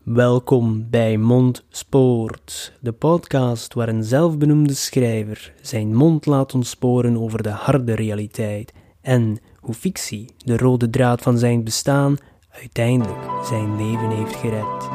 Welkom bij Mondspoort, de podcast waar een zelfbenoemde schrijver zijn mond laat ontsporen over de harde realiteit en hoe fictie, de rode draad van zijn bestaan, uiteindelijk zijn leven heeft gered.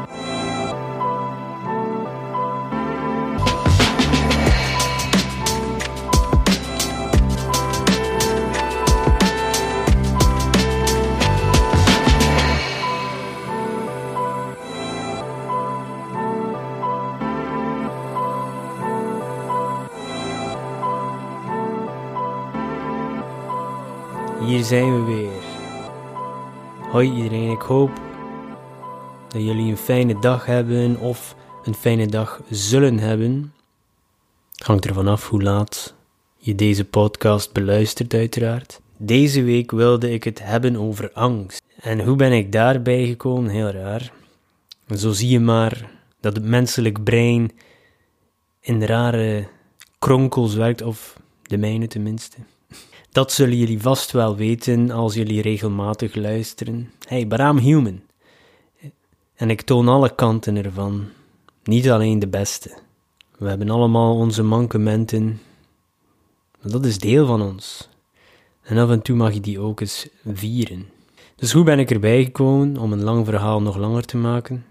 Hier zijn we weer. Hoi iedereen, ik hoop dat jullie een fijne dag hebben of een fijne dag zullen hebben. Het hangt ervan af hoe laat je deze podcast beluistert uiteraard. Deze week wilde ik het hebben over angst. En hoe ben ik daarbij gekomen? Heel raar. Zo zie je maar dat het menselijk brein in rare kronkels werkt, of de mijne tenminste. Dat zullen jullie vast wel weten als jullie regelmatig luisteren. Hey, but I'm human. En ik toon alle kanten ervan. Niet alleen de beste. We hebben allemaal onze mankementen. Maar dat is deel van ons. En af en toe mag je die ook eens vieren. Dus hoe ben ik erbij gekomen om een lang verhaal nog langer te maken?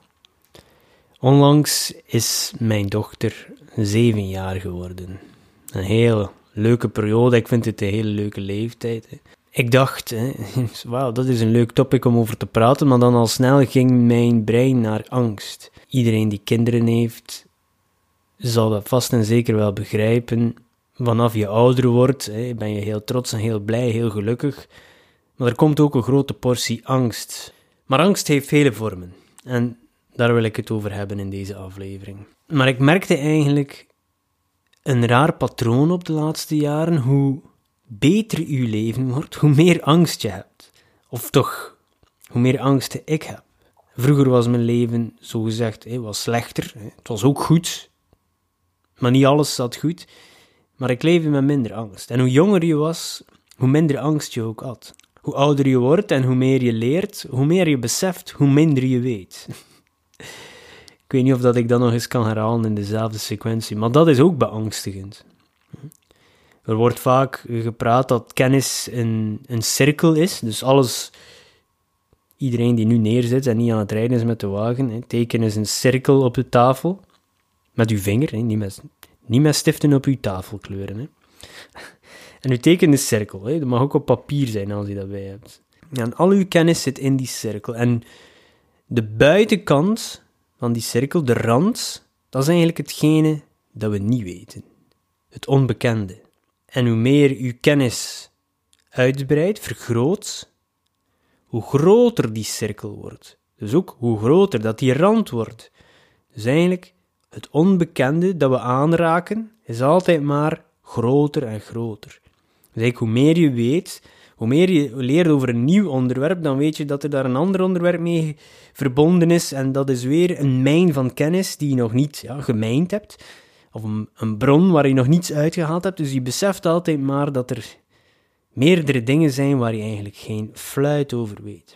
Onlangs is mijn dochter 7 jaar geworden. Een heel leuke periode, ik vind het een hele leuke leeftijd. Ik dacht, wauw, dat is een leuk topic om over te praten, maar dan al snel ging mijn brein naar angst. Iedereen die kinderen heeft, zal dat vast en zeker wel begrijpen. Vanaf je ouder wordt, ben je heel trots en heel blij, heel gelukkig. Maar er komt ook een grote portie angst. Maar angst heeft vele vormen. En daar wil ik het over hebben in deze aflevering. Maar ik merkte eigenlijk een raar patroon op de laatste jaren. Hoe beter uw leven wordt, hoe meer angst je hebt. Of toch, hoe meer angsten ik heb. Vroeger was mijn leven, zogezegd, was slechter. Het was ook goed. Maar niet alles zat goed. Maar ik leefde met minder angst. En hoe jonger je was, hoe minder angst je ook had. Hoe ouder je wordt en hoe meer je leert, hoe meer je beseft, hoe minder je weet. Ik weet niet of dat ik dat nog eens kan herhalen in dezelfde sequentie, maar dat is ook beangstigend. Er wordt vaak gepraat dat kennis een cirkel is, dus iedereen die nu neerzit en niet aan het rijden is met de wagen, teken is een cirkel op de tafel, met uw vinger, niet met stiften op uw tafel kleuren. En u tekent een cirkel, dat mag ook op papier zijn als je dat bij hebt. En al uw kennis zit in die cirkel, en de buitenkant van die cirkel, de rand, dat is eigenlijk hetgene dat we niet weten. Het onbekende. En hoe meer uw kennis uitbreidt, vergroot, hoe groter die cirkel wordt. Dus ook hoe groter dat die rand wordt. Dus eigenlijk, het onbekende dat we aanraken, is altijd maar groter en groter. Dus eigenlijk, hoe meer je weet, hoe meer je leert over een nieuw onderwerp, dan weet je dat er daar een ander onderwerp mee verbonden is. En dat is weer een mijn van kennis die je nog niet gemijnd hebt. Of een bron waar je nog niets uitgehaald hebt. Dus je beseft altijd maar dat er meerdere dingen zijn waar je eigenlijk geen fluit over weet.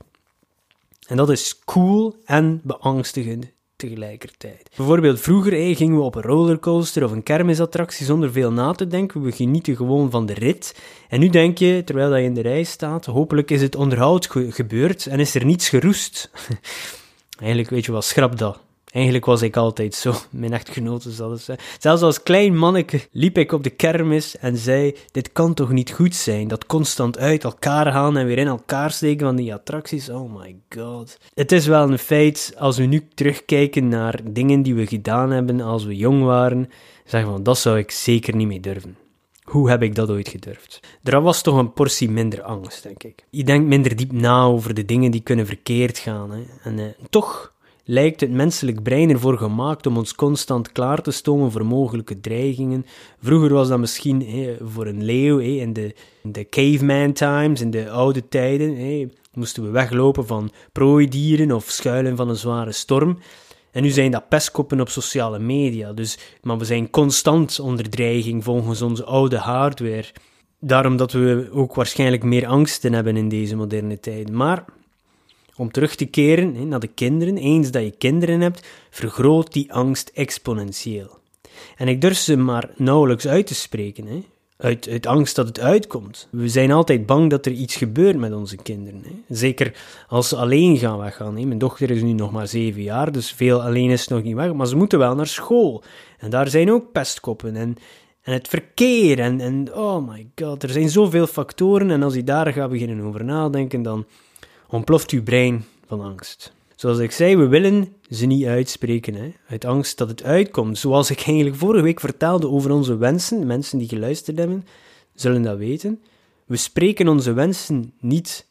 En dat is cool en beangstigend tegelijkertijd. Bijvoorbeeld vroeger gingen we op een rollercoaster of een kermisattractie zonder veel na te denken. We genieten gewoon van de rit. En nu denk je, terwijl je in de rij staat, hopelijk is het onderhoud gebeurd en is er niets geroest. Eigenlijk, weet je wat, schrap dat. Eigenlijk was ik altijd zo. Mijn echtgenote zal het zijn. Zelfs als klein manneke liep ik op de kermis en zei, dit kan toch niet goed zijn? Dat constant uit elkaar gaan en weer in elkaar steken van die attracties. Oh my god. Het is wel een feit, als we nu terugkijken naar dingen die we gedaan hebben als we jong waren, zeggen we, dat zou ik zeker niet mee durven. Hoe heb ik dat ooit gedurfd? Er was toch een portie minder angst, denk ik. Je denkt minder diep na over de dingen die kunnen verkeerd gaan. En toch lijkt het menselijk brein ervoor gemaakt om ons constant klaar te stomen voor mogelijke dreigingen. Vroeger was dat misschien voor een leeuw, in de caveman times, in de oude tijden, moesten we weglopen van prooidieren of schuilen van een zware storm. En nu zijn dat pestkoppen op sociale media, maar we zijn constant onder dreiging volgens onze oude hardware. Daarom dat we ook waarschijnlijk meer angsten hebben in deze moderne tijden. Maar Om terug te keren naar de kinderen, eens dat je kinderen hebt, vergroot die angst exponentieel. En ik durf ze maar nauwelijks uit te spreken, uit angst dat het uitkomt. We zijn altijd bang dat er iets gebeurt met onze kinderen. Zeker als ze alleen gaan weggaan. Mijn dochter is nu nog maar 7 jaar, dus veel alleen is nog niet weg, maar ze moeten wel naar school. En daar zijn ook pestkoppen en het verkeer en oh my god, er zijn zoveel factoren en als je daar gaat beginnen over nadenken, dan ontploft je brein van angst. Zoals ik zei, we willen ze niet uitspreken, uit angst dat het uitkomt. Zoals ik eigenlijk vorige week vertelde over onze wensen, de mensen die geluisterd hebben, zullen dat weten. We spreken onze wensen niet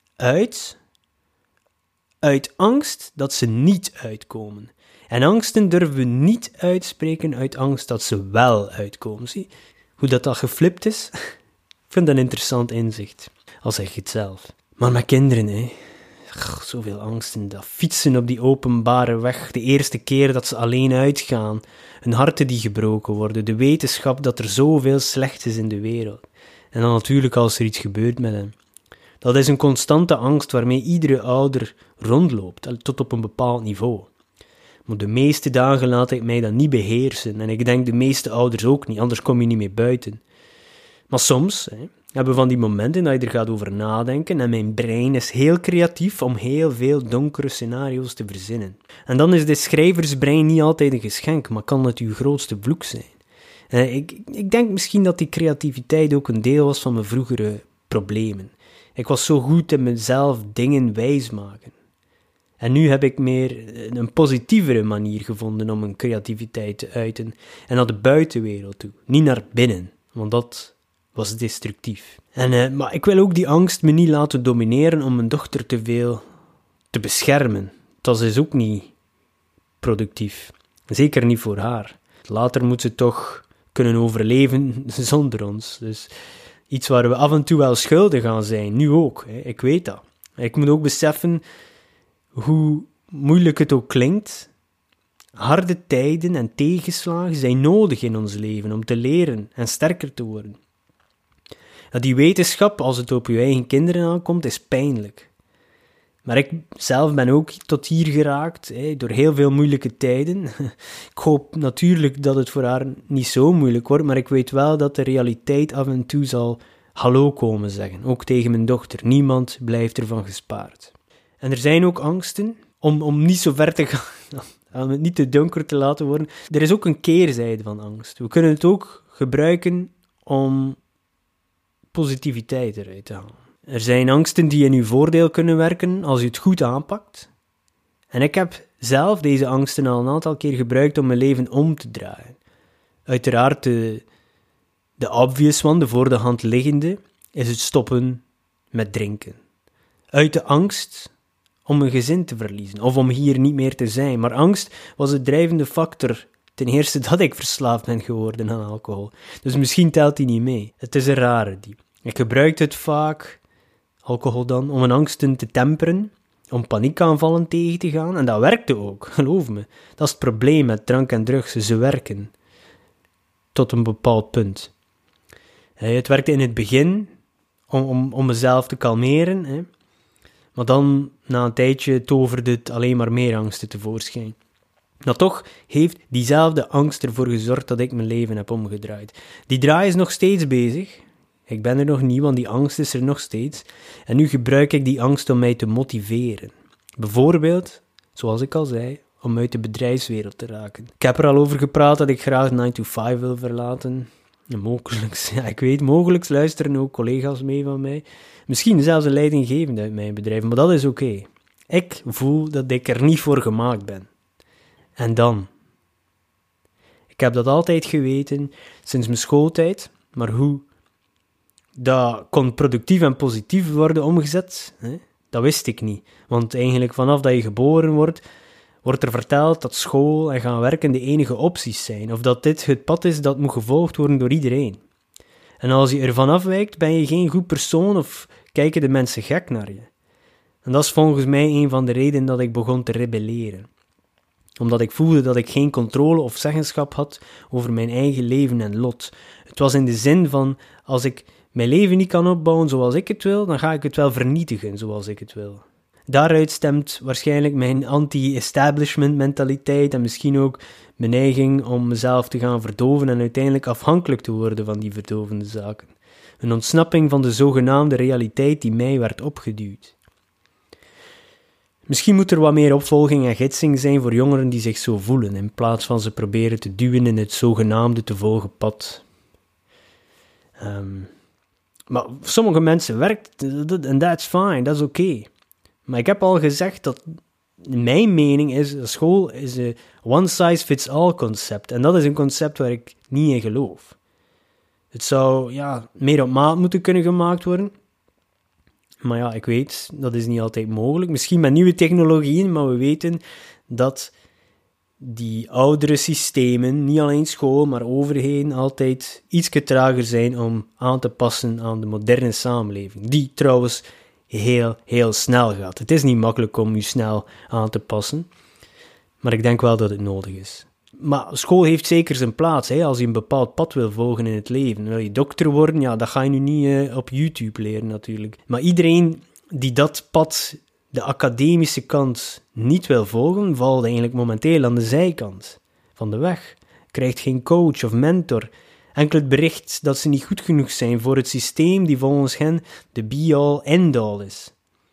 uit angst dat ze niet uitkomen. En angsten durven we niet uitspreken uit angst dat ze wel uitkomen. Zie hoe dat geflipt is? Ik vind dat een interessant inzicht, al zeg je het zelf. Maar met kinderen, zoveel angsten, dat fietsen op die openbare weg, de eerste keer dat ze alleen uitgaan, hun harten die gebroken worden, de wetenschap dat er zoveel slecht is in de wereld. En dan natuurlijk als er iets gebeurt met hen. Dat is een constante angst waarmee iedere ouder rondloopt, tot op een bepaald niveau. Maar de meeste dagen laat ik mij dat niet beheersen, en ik denk de meeste ouders ook niet, anders kom je niet meer buiten. Maar soms hebben we van die momenten dat je er gaat over nadenken en mijn brein is heel creatief om heel veel donkere scenario's te verzinnen. En dan is de schrijversbrein niet altijd een geschenk, maar kan het uw grootste vloek zijn. Ik denk misschien dat die creativiteit ook een deel was van mijn vroegere problemen. Ik was zo goed in mezelf dingen wijsmaken. En nu heb ik meer een positievere manier gevonden om mijn creativiteit te uiten en naar de buitenwereld toe, niet naar binnen, want dat was destructief. Maar ik wil ook die angst me niet laten domineren om mijn dochter te veel te beschermen. Dat is ook niet productief. Zeker niet voor haar. Later moet ze toch kunnen overleven zonder ons. Dus iets waar we af en toe wel schuldig aan zijn, nu ook. Ik weet dat. Ik moet ook beseffen hoe moeilijk het ook klinkt. Harde tijden en tegenslagen zijn nodig in ons leven om te leren en sterker te worden. Die wetenschap, als het op je eigen kinderen aankomt, is pijnlijk. Maar ik zelf ben ook tot hier geraakt, door heel veel moeilijke tijden. Ik hoop natuurlijk dat het voor haar niet zo moeilijk wordt, maar ik weet wel dat de realiteit af en toe zal hallo komen zeggen, ook tegen mijn dochter. Niemand blijft ervan gespaard. En er zijn ook angsten om niet zo ver te gaan, om het niet te donker te laten worden. Er is ook een keerzijde van angst. We kunnen het ook gebruiken om positiviteit eruit te halen. Er zijn angsten die in uw voordeel kunnen werken als u het goed aanpakt. En ik heb zelf deze angsten al een aantal keer gebruikt om mijn leven om te draaien. Uiteraard de obvious one, de voor de hand liggende, is het stoppen met drinken. Uit de angst om een gezin te verliezen of om hier niet meer te zijn. Maar angst was de drijvende factor. Ten eerste dat ik verslaafd ben geworden aan alcohol. Dus misschien telt die niet mee. Het is een rare die. Ik gebruikte het vaak, alcohol dan, om mijn angsten te temperen, om paniekaanvallen tegen te gaan. En dat werkte ook, geloof me. Dat is het probleem met drank en drugs, ze werken. Tot een bepaald punt. Het werkte in het begin om mezelf te kalmeren. Maar dan, na een tijdje, toverde het alleen maar meer angsten tevoorschijn. Maar toch heeft diezelfde angst ervoor gezorgd dat ik mijn leven heb omgedraaid. Die draai is nog steeds bezig. Ik ben er nog niet, want die angst is er nog steeds. En nu gebruik ik die angst om mij te motiveren. Bijvoorbeeld, zoals ik al zei, om uit de bedrijfswereld te raken. Ik heb er al over gepraat dat ik graag 9 to 5 wil verlaten. Mogelijk luisteren ook collega's mee van mij. Misschien zelfs een leidinggevende uit mijn bedrijf, maar dat is oké. Ik voel dat ik er niet voor gemaakt ben. En dan? Ik heb dat altijd geweten, sinds mijn schooltijd, maar hoe dat kon productief en positief worden omgezet, dat wist ik niet. Want eigenlijk vanaf dat je geboren wordt er verteld dat school en gaan werken de enige opties zijn, of dat dit het pad is dat moet gevolgd worden door iedereen. En als je ervan afwijkt, ben je geen goed persoon of kijken de mensen gek naar je. En dat is volgens mij een van de redenen dat ik begon te rebelleren. Omdat ik voelde dat ik geen controle of zeggenschap had over mijn eigen leven en lot. Het was in de zin van, als ik mijn leven niet kan opbouwen zoals ik het wil, dan ga ik het wel vernietigen zoals ik het wil. Daaruit stemt waarschijnlijk mijn anti-establishment mentaliteit en misschien ook mijn neiging om mezelf te gaan verdoven en uiteindelijk afhankelijk te worden van die verdovende zaken. Een ontsnapping van de zogenaamde realiteit die mij werd opgeduwd. Misschien moet er wat meer opvolging en gidsing zijn voor jongeren die zich zo voelen, in plaats van ze proberen te duwen in het zogenaamde te volgen pad. Maar voor sommige mensen werkt, en that's fine, dat is oké. Maar ik heb al gezegd dat mijn mening is, school is een one-size-fits-all concept. En dat is een concept waar ik niet in geloof. Het zou meer op maat moeten kunnen gemaakt worden. Maar ja, ik weet, dat is niet altijd mogelijk. Misschien met nieuwe technologieën, maar we weten dat die oudere systemen, niet alleen school, maar overheden, altijd iets trager zijn om aan te passen aan de moderne samenleving. Die trouwens heel, heel snel gaat. Het is niet makkelijk om je snel aan te passen, maar ik denk wel dat het nodig is. Maar school heeft zeker zijn plaats, als je een bepaald pad wil volgen in het leven. Wil je dokter worden, dat ga je nu niet op YouTube leren natuurlijk. Maar iedereen die dat pad, de academische kant, niet wil volgen, valt eigenlijk momenteel aan de zijkant van de weg. Krijgt geen coach of mentor. Enkel het bericht dat ze niet goed genoeg zijn voor het systeem die volgens hen de be-all, end-all is.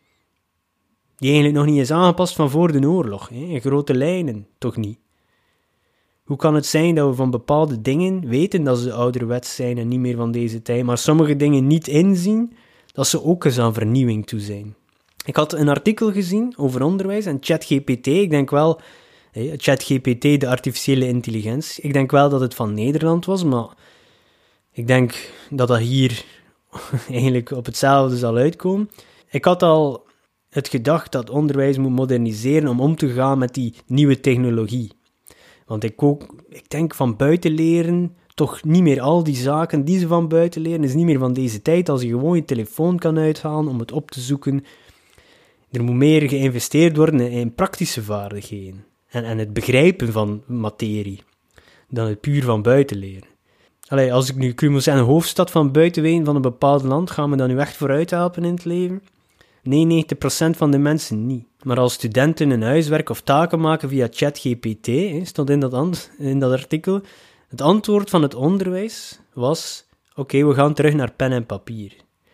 Die eigenlijk nog niet is aangepast van voor de oorlog, in grote lijnen, toch niet? Hoe kan het zijn dat we van bepaalde dingen weten dat ze ouderwets zijn en niet meer van deze tijd, maar sommige dingen niet inzien, dat ze ook eens aan vernieuwing toe zijn? Ik had een artikel gezien over onderwijs en ChatGPT, ik denk wel, ChatGPT, de artificiële intelligentie, ik denk wel dat het van Nederland was, maar ik denk dat dat hier eigenlijk op hetzelfde zal uitkomen. Ik had al het gedacht dat onderwijs moet moderniseren om te gaan met die nieuwe technologie. Want ik denk van buiten leren, toch niet meer al die zaken die ze van buiten leren, is niet meer van deze tijd, als je gewoon je telefoon kan uithalen om het op te zoeken. Er moet meer geïnvesteerd worden in praktische vaardigheden en het begrijpen van materie, dan het puur van buiten leren. Als ik nu moet zeggen, een hoofdstad van buitenween van een bepaald land, gaan we dan nu echt vooruit helpen in het leven? Nee, 90% van de mensen niet. Maar als studenten een huiswerk of taken maken via ChatGPT, stond in dat artikel, het antwoord van het onderwijs was, oké, we gaan terug naar pen en papier.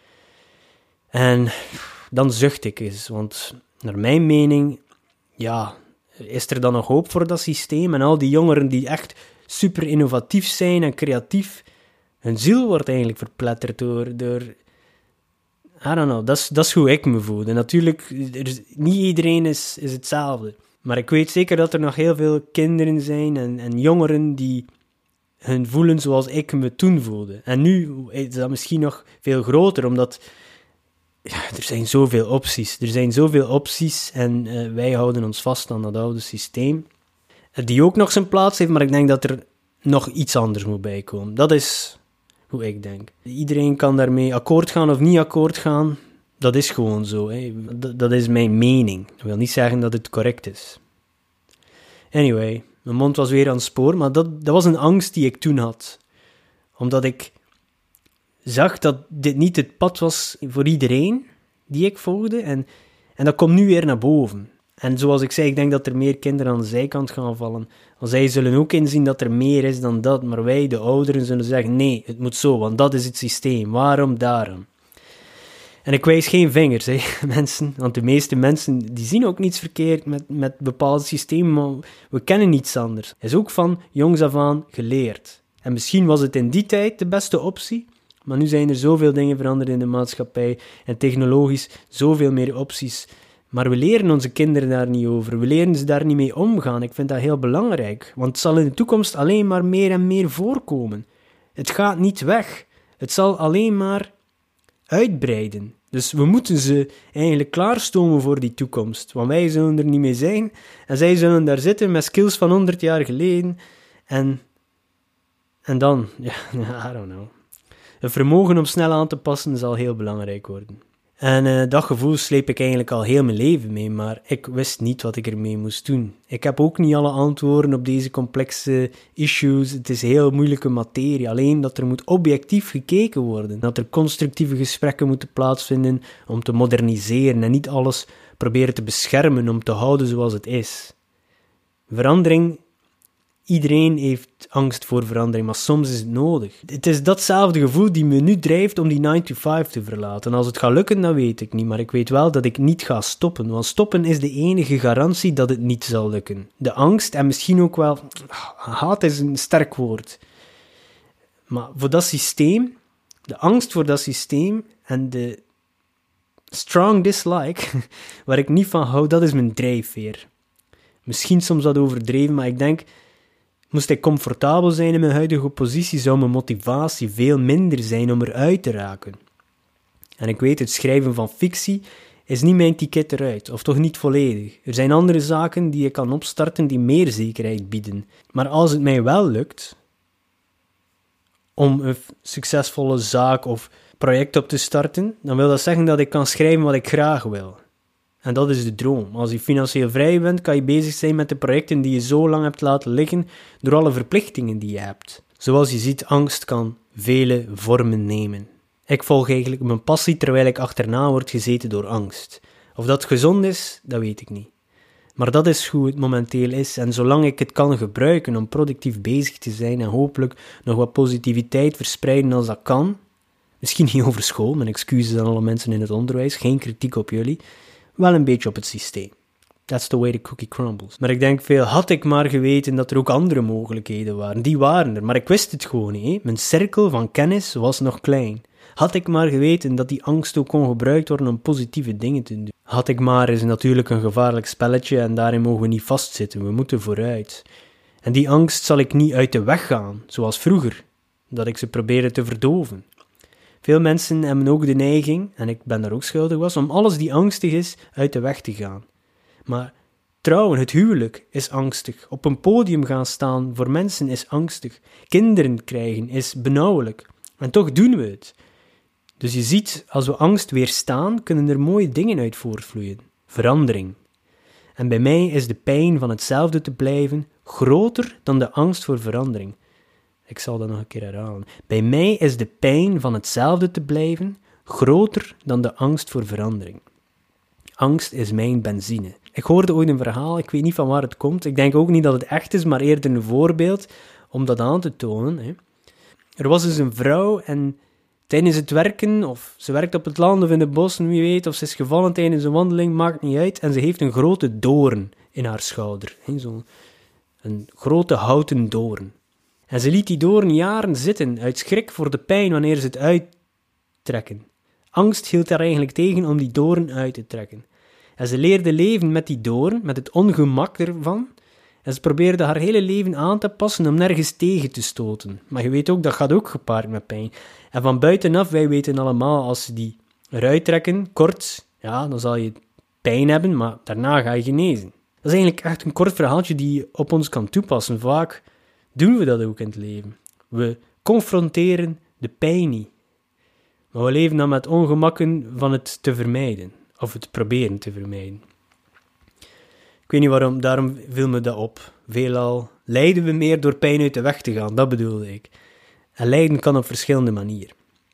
En dan zucht ik eens, want naar mijn mening, is er dan nog hoop voor dat systeem? En al die jongeren die echt super innovatief zijn en creatief, hun ziel wordt eigenlijk verpletterd door I don't know, dat is hoe ik me voel. En natuurlijk, niet iedereen is hetzelfde. Maar ik weet zeker dat er nog heel veel kinderen zijn en jongeren die hun voelen zoals ik me toen voelde. En nu is dat misschien nog veel groter, omdat er zijn zoveel opties. Er zijn zoveel opties en wij houden ons vast aan dat oude systeem. Die ook nog zijn plaats heeft, maar ik denk dat er nog iets anders moet bijkomen. Dat is hoe ik denk. Iedereen kan daarmee akkoord gaan of niet akkoord gaan. Dat is gewoon zo. Dat is mijn mening. Dat wil niet zeggen dat het correct is. Anyway, mijn mond was weer aan het spoor, maar dat was een angst die ik toen had. Omdat ik zag dat dit niet het pad was voor iedereen die ik volgde. En dat komt nu weer naar boven. En zoals ik zei, ik denk dat er meer kinderen aan de zijkant gaan vallen. Want zij zullen ook inzien dat er meer is dan dat. Maar wij, de ouderen, zullen zeggen, nee, het moet zo, want dat is het systeem. Waarom, daarom? En ik wijs geen vingers, mensen. Want de meeste mensen, die zien ook niets verkeerd met bepaalde systemen, maar we kennen niets anders. Het is ook van jongs af aan geleerd. En misschien was het in die tijd de beste optie, maar nu zijn er zoveel dingen veranderd in de maatschappij en technologisch zoveel meer opties. Maar we leren onze kinderen daar niet over. We leren ze daar niet mee omgaan. Ik vind dat heel belangrijk. Want het zal in de toekomst alleen maar meer en meer voorkomen. Het gaat niet weg. Het zal alleen maar uitbreiden. Dus we moeten ze eigenlijk klaarstomen voor die toekomst. Want wij zullen er niet mee zijn. En zij zullen daar zitten met skills van 100 jaar geleden. En dan, I don't know. Het vermogen om snel aan te passen zal heel belangrijk worden. En dat gevoel sleep ik eigenlijk al heel mijn leven mee, maar ik wist niet wat ik ermee moest doen. Ik heb ook niet alle antwoorden op deze complexe issues. Het is heel moeilijke materie, alleen dat er moet objectief gekeken worden. Dat er constructieve gesprekken moeten plaatsvinden om te moderniseren en niet alles proberen te beschermen om te houden zoals het is. Verandering, iedereen heeft angst voor verandering, maar soms is het nodig. Het is datzelfde gevoel die me nu drijft om die 9-to-5 te verlaten. Als het gaat lukken, dat weet ik niet, maar ik weet wel dat ik niet ga stoppen, want stoppen is de enige garantie dat het niet zal lukken. De angst en misschien ook wel, haat is een sterk woord, maar voor dat systeem, de angst voor dat systeem en de strong dislike, waar ik niet van hou, dat is mijn drijfveer. Misschien soms wat overdreven, maar ik denk, moest ik comfortabel zijn in mijn huidige positie, zou mijn motivatie veel minder zijn om eruit te raken. En ik weet, het schrijven van fictie is niet mijn ticket eruit, of toch niet volledig. Er zijn andere zaken die ik kan opstarten die meer zekerheid bieden. Maar als het mij wel lukt om een succesvolle zaak of project op te starten, dan wil dat zeggen dat ik kan schrijven wat ik graag wil. En dat is de droom. Als je financieel vrij bent, kan je bezig zijn met de projecten die je zo lang hebt laten liggen door alle verplichtingen die je hebt. Zoals je ziet, angst kan vele vormen nemen. Ik volg eigenlijk mijn passie terwijl ik achterna word gezeten door angst. Of dat gezond is, dat weet ik niet. Maar dat is hoe het momenteel is en zolang ik het kan gebruiken om productief bezig te zijn en hopelijk nog wat positiviteit verspreiden als dat kan, misschien niet over school, mijn excuses aan alle mensen in het onderwijs, geen kritiek op jullie, wel een beetje op het systeem. That's the way the cookie crumbles. Maar ik denk veel, had ik maar geweten dat er ook andere mogelijkheden waren. Die waren er, maar ik wist het gewoon niet. Hè? Mijn cirkel van kennis was nog klein. Had ik maar geweten dat die angst ook kon gebruikt worden om positieve dingen te doen. Had ik maar is natuurlijk een gevaarlijk spelletje en daarin mogen we niet vastzitten. We moeten vooruit. En die angst zal ik niet uit de weg gaan, zoals vroeger, dat ik ze probeerde te verdoven. Veel mensen hebben ook de neiging, en ik ben daar ook schuldig was, om alles die angstig is uit de weg te gaan. Maar trouwen, het huwelijk, is angstig. Op een podium gaan staan voor mensen is angstig. Kinderen krijgen is benauwelijk. En toch doen we het. Dus je ziet, als we angst weerstaan, kunnen er mooie dingen uit voortvloeien. Verandering. En bij mij is de pijn van hetzelfde te blijven groter dan de angst voor verandering. Ik zal dat nog een keer herhalen. Bij mij is de pijn van hetzelfde te blijven groter dan de angst voor verandering. Angst is mijn benzine. Ik hoorde ooit een verhaal, ik weet niet van waar het komt. Ik denk ook niet dat het echt is, maar eerder een voorbeeld om dat aan te tonen. Hè. Er was dus een vrouw en tijdens het werken, of ze werkt op het land of in de bossen, wie weet, of ze is gevallen tijdens een wandeling, maakt niet uit. En ze heeft een grote doorn in haar schouder. Een grote houten doorn. En ze liet die doorn jaren zitten, uit schrik voor de pijn wanneer ze het uittrekken. Angst hield haar eigenlijk tegen om die doorn uit te trekken. En ze leerde leven met die doorn, met het ongemak ervan. En ze probeerde haar hele leven aan te passen om nergens tegen te stoten. Maar je weet ook, dat gaat ook gepaard met pijn. En van buitenaf, wij weten allemaal, als ze die eruit trekken, kort, ja, dan zal je pijn hebben, maar daarna ga je genezen. Dat is eigenlijk echt een kort verhaaltje die je op ons kan toepassen. Vaak doen we dat ook in het leven. We confronteren de pijn niet. Maar we leven dan met ongemakken van het te vermijden. Of het proberen te vermijden. Ik weet niet waarom, daarom viel me dat op. Veelal lijden we meer door pijn uit de weg te gaan, dat bedoelde ik. En lijden kan op verschillende manieren.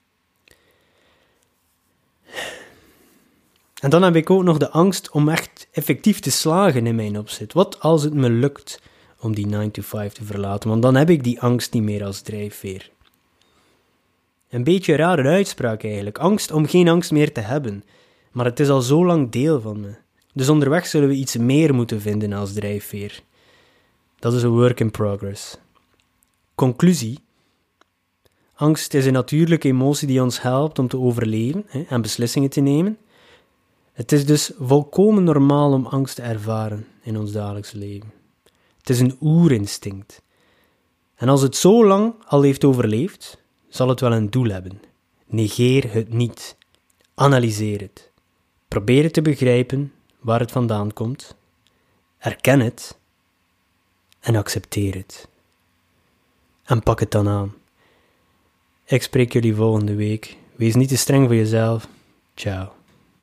En dan heb ik ook nog de angst om echt effectief te slagen in mijn opzet. Wat als het me lukt om die 9-to-5 te verlaten? Want dan heb ik die angst niet meer als drijfveer. Een beetje een rare uitspraak eigenlijk. Angst om geen angst meer te hebben. Maar het is al zo lang deel van me. Dus onderweg zullen we iets meer moeten vinden als drijfveer. Dat is een work in progress. Conclusie. Angst is een natuurlijke emotie die ons helpt om te overleven en beslissingen te nemen. Het is dus volkomen normaal om angst te ervaren in ons dagelijks leven. Het is een oerinstinct. En als het zo lang al heeft overleefd, zal het wel een doel hebben. Negeer het niet. Analyseer het. Probeer het te begrijpen waar het vandaan komt. Erken het en accepteer het. En pak het dan aan. Ik spreek jullie volgende week. Wees niet te streng voor jezelf. Ciao.